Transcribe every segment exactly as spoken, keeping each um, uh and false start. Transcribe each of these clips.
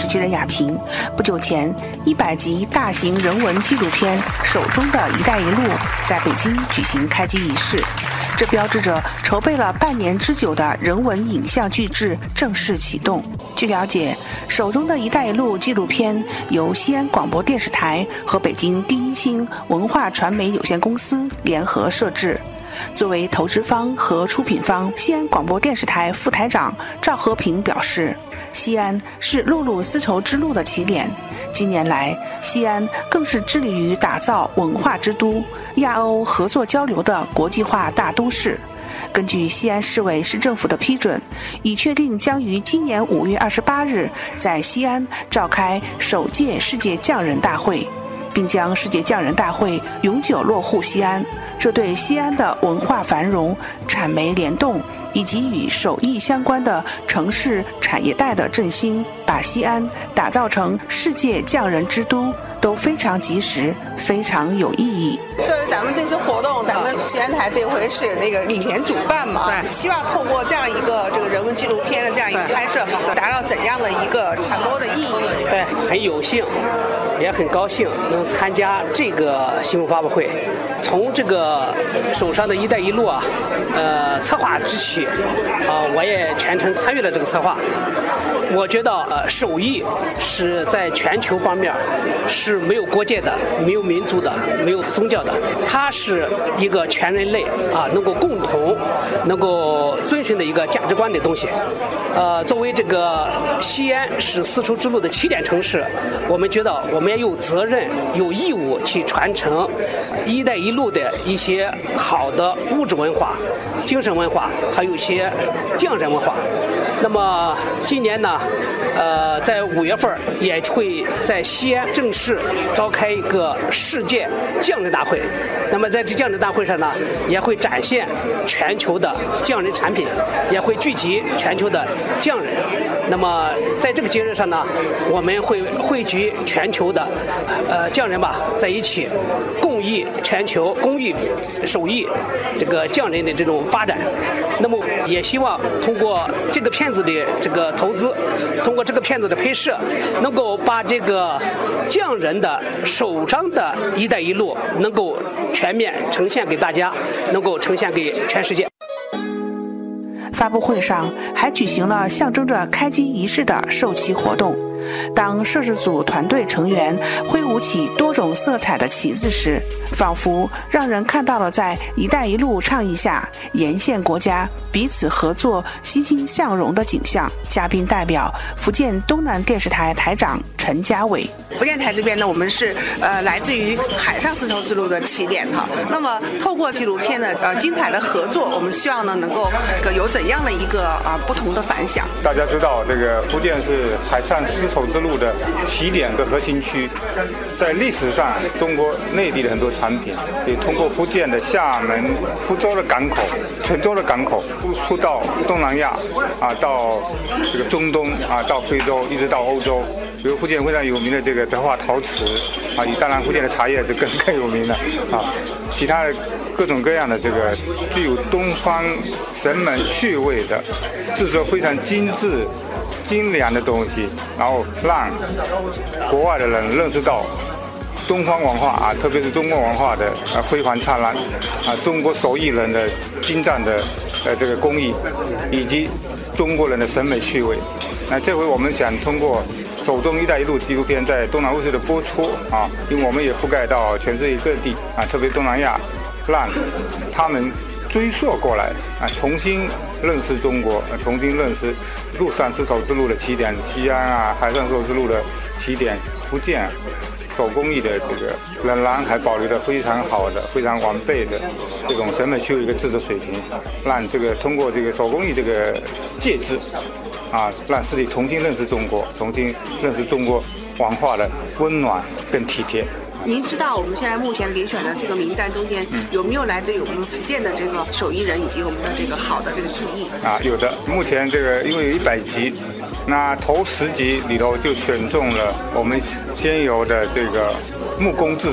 持人亚平，不久前，一百集大型人文纪录片《手中的一带一路》在北京举行开机仪式，这标志着筹备了半年之久的人文影像巨制正式启动。据了解，《手中的一带一路》纪录片由西安广播电视台和北京第一星文化传媒有限公司联合摄制。作为投资方和出品方，西安广播电视台副台长赵和平表示，西安是陆路丝绸之路的起点，近年来西安更是致力于打造文化之都、亚欧合作交流的国际化大都市。根据西安市委市政府的批准，已确定将于今年五月二十八日在西安召开首届世界匠人大会，并将世界匠人大会永久落户西安。这对西安的文化繁荣、产媒联动以及与手艺相关的城市产业带的振兴，把西安打造成世界匠人之都，都非常及时，非常有意义。 作为咱们这次活动，咱们西安台这回是那个领衔主办嘛，希望透过这样一个这个人文纪录片的这样一个拍摄，达到怎样的一个传播的意义？ 对，很有幸，也很高兴能参加这个新闻发布会。从这个手上的一带一路啊，呃，策划之起，啊、呃，我也全程参与了这个策划。我觉得，呃，手艺是在全球方面是没有国界的、没有民族的、没有宗教的，它是一个全人类啊能够共同、能够遵循的一个价值观的东西。呃，作为这个西安是丝绸之路的起点城市，我们觉得我们也有责任、有义务去传承“一带一路”的一些好的物质文化、精神文化，还有一些匠人文化。那么今年呢，呃，在五月份也会在西安正式召开一个世界匠人大会。那么在这匠人大会上呢，也会展现全球的匠人产品，也会聚集全球的匠人。那么在这个节日上呢，我们会汇聚全球的呃匠人吧在一起，共益全球工艺手艺这个匠人的这种发展。那么也希望通过这个片子的这个投资，通过这个片子的拍摄，能够把这个匠人的手上的一带一路能够全面呈现给大家，能够呈现给全世界。 发布会上还举行了象征着开机仪式的授旗活动。当摄制组团队成员挥舞起多种色彩的旗子时，仿佛让人看到了在“一带一路”倡议下沿线国家彼此合作、欣欣向荣的景象。嘉宾代表福建东南电视台台长陈家伟。福建台这边呢，我们是呃来自于海上丝绸之路的起点哈。那么透过纪录片的呃精彩的合作，我们希望呢能够有怎样的一个啊、呃、不同的反响。 大家知道，这个福建是海上丝绸之路的起点和核心区，在历史上，中国内地的很多产品也通过福建的厦门、福州的港口、泉州的港口输出到东南亚啊，到这个中东啊，到非洲，一直到欧洲。比如福建非常有名的这个德化陶瓷啊，当然福建的茶叶就更更有名了啊，其他的各种各样的这个具有东方审美趣味的、制作非常精致、精良的东西，然后让国外的人认识到东方文化啊，特别是中国文化的啊辉煌灿烂啊，中国手艺人的精湛的呃这个工艺，以及中国人的审美趣味。那这回我们想通过手中一带一路纪录片在东南卫视的播出啊，因为我们也覆盖到全世界各地啊，特别东南亚，让他们追溯过来啊，重新认识中国，啊、重新认识陆上丝绸之路的起点西安啊，海上丝绸之路的起点福建。手工艺的这个仍然还保留着非常好的、非常完备的这种审美趣味的制作水平，让这个通过这个手工艺这个介质，啊，让世界重新认识中国，重新认识中国文化的温暖跟体贴。 您知道我们现在目前遴选的这个名单中间、嗯、有没有来自于我们福建的这个手艺人以及我们的这个好的这个技艺啊？有的，目前这个因为有一百集，那头十集里头就选中了我们先有的这个木工制作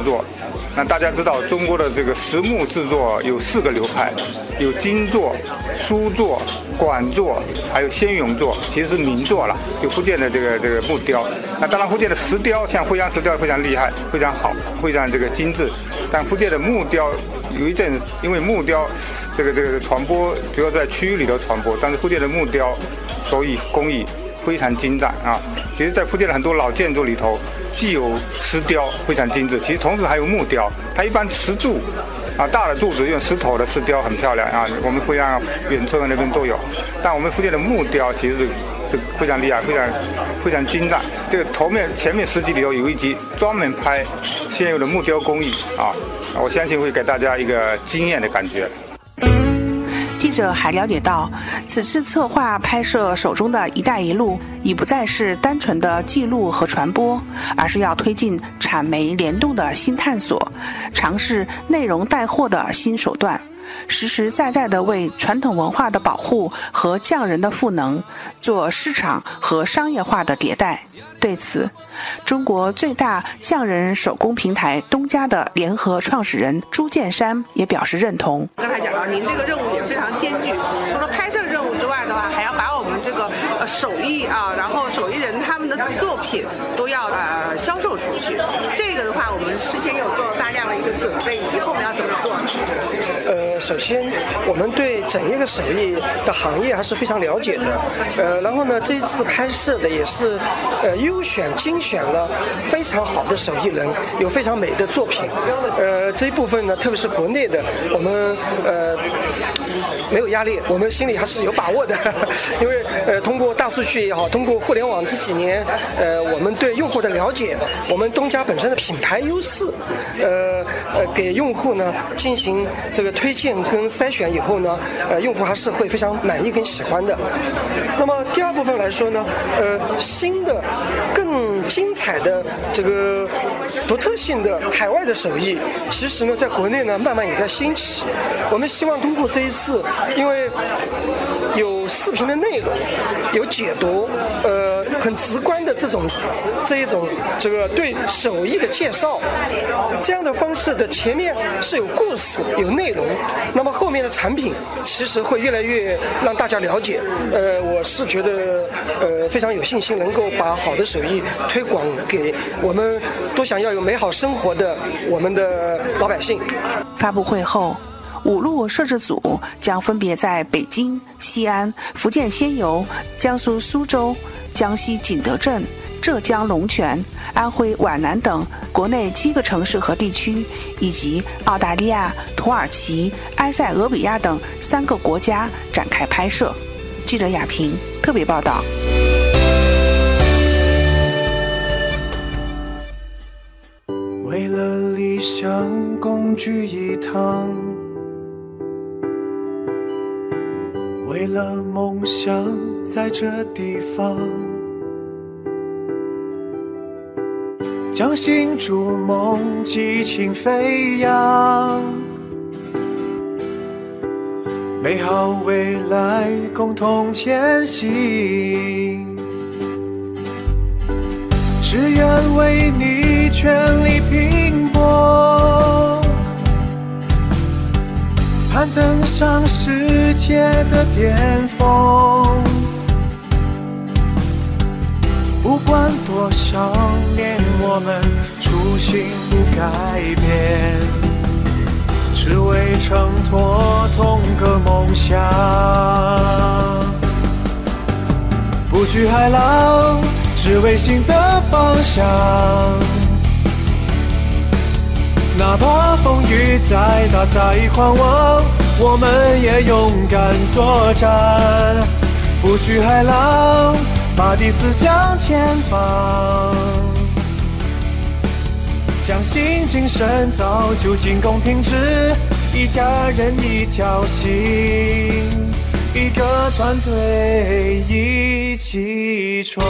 那大家知道，中国的这个实木制作有四个流派，有金作、苏作、管作，还有先俑作，其实是明作了。就福建的这个这个木雕，那当然福建的石雕，像惠阳石雕非常厉害，非常好，非常这个精致。但福建的木雕有一阵，因为木雕这个这个传播主要在区域里头传播，但是福建的木雕手艺工艺非常精湛啊。其实，在福建的很多老建筑里头，既有石雕非常精致，其实同时还有木雕。它一般石柱啊，大的柱子用石头的石雕很漂亮啊，我们惠阳、远村那边都有。但我们福建的木雕其实是是非常厉害，非常非常精湛。这个头面前面十集里头有一集专门拍现有的木雕工艺啊，我相信会给大家一个惊艳的感觉。 记者还了解到，此次策划拍摄手中的一带一路已不再是单纯的记录和传播，而是要推进产媒联动的新探索，尝试内容带货的新手段，实实在在地为传统文化的保护和匠人的赋能做市场和商业化的迭代。对此，中国最大匠人手工平台东家的联合创始人朱建山也表示认同。 刚才讲到，您这个任务也非常艰巨，除了拍摄任务之外的话，还要把我们这个呃手艺啊，然后手艺人他们的作品都要呃销售出去。这个的话，我们事先有做大量的一个准备，以后我们要怎么做？ 呃，首先我们对整一个手艺的行业还是非常了解的，呃，然后呢，这一次拍摄的也是呃优选精选了非常好的手艺人，有非常美的作品，呃，这一部分呢，特别是国内的，我们呃没有压力，我们心里还是有把握的，因为呃通过大数据也好，通过互联网这几年，呃我们对用户的了解，我们东家本身的品牌优势，呃呃给用户呢进行这个推荐跟筛选以后呢，呃用户还是会非常满意跟喜欢的。那么第二部分来说呢，呃新的更精彩的这个独特性的海外的手艺，其实呢在国内呢慢慢也在兴起。我们希望通过这一次，因为有视频的内容，有解读，呃，很直观的这种这一种这个对手艺的介绍，这样的方式的前面是有故事、有内容，那么后面的产品其实会越来越让大家了解。呃，我是觉得呃非常有信心能够把好的手艺推广给我们都想要有美好生活的我们的老百姓。 发布会后，五路摄制组将分别在北京、西安、福建仙游、江苏苏州、江西景德镇、浙江龙泉、安徽皖南等国内七个城市和地区，以及澳大利亚、土耳其、埃塞俄比亚等三个国家展开拍摄。记者亚平特别报道。 为了理想共聚一堂，为了梦想在这地方，将心筑梦，激情飞扬，美好未来共同前行，只愿为你全力拼搏，攀登上世界的巅峰。不管多少年，我们初心不改变，只为挣脱同个梦想。不惧海浪，只为新的方向。哪怕风雨再大再狂妄，我们也勇敢作战。不惧海浪，把第四向前方。相信精神造就进攻品质，一家人一条心，一个团队一起闯。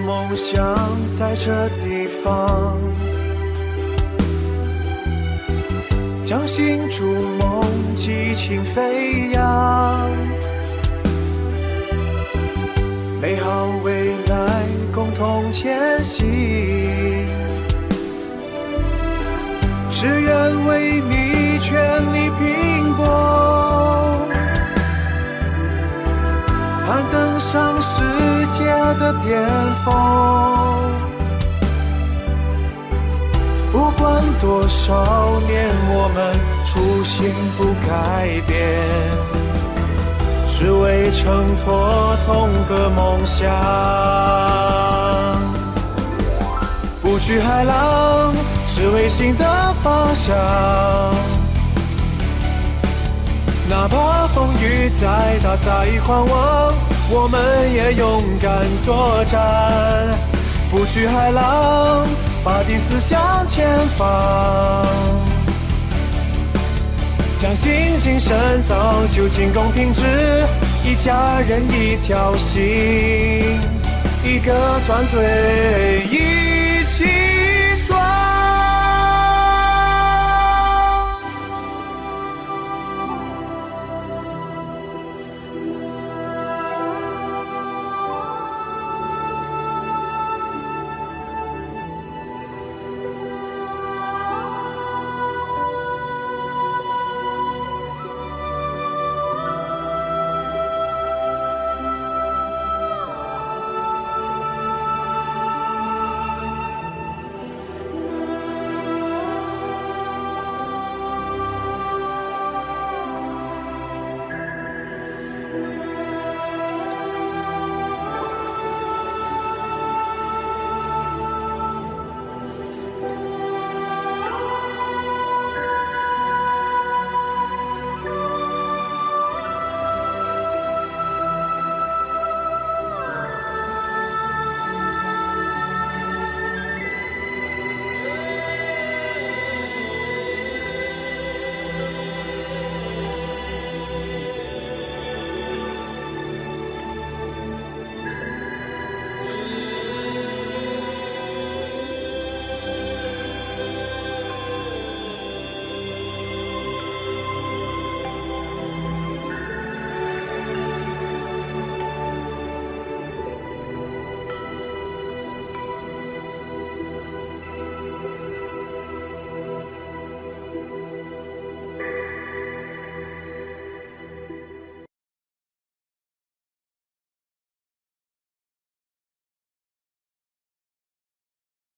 梦想在这地方，将心筑梦，激情飞扬，美好未来共同前行，只愿为你全力拼搏，攀登上世界的巅峰。不管多少年，我们初心不改变，只为挣脱同个梦想。不惧海浪，只为新的方向。哪怕风雨再大再狂妄，我们也勇敢作战。不惧海浪，把第四向前方。相信精神早就进攻品质，一家人一条心，一个团队一起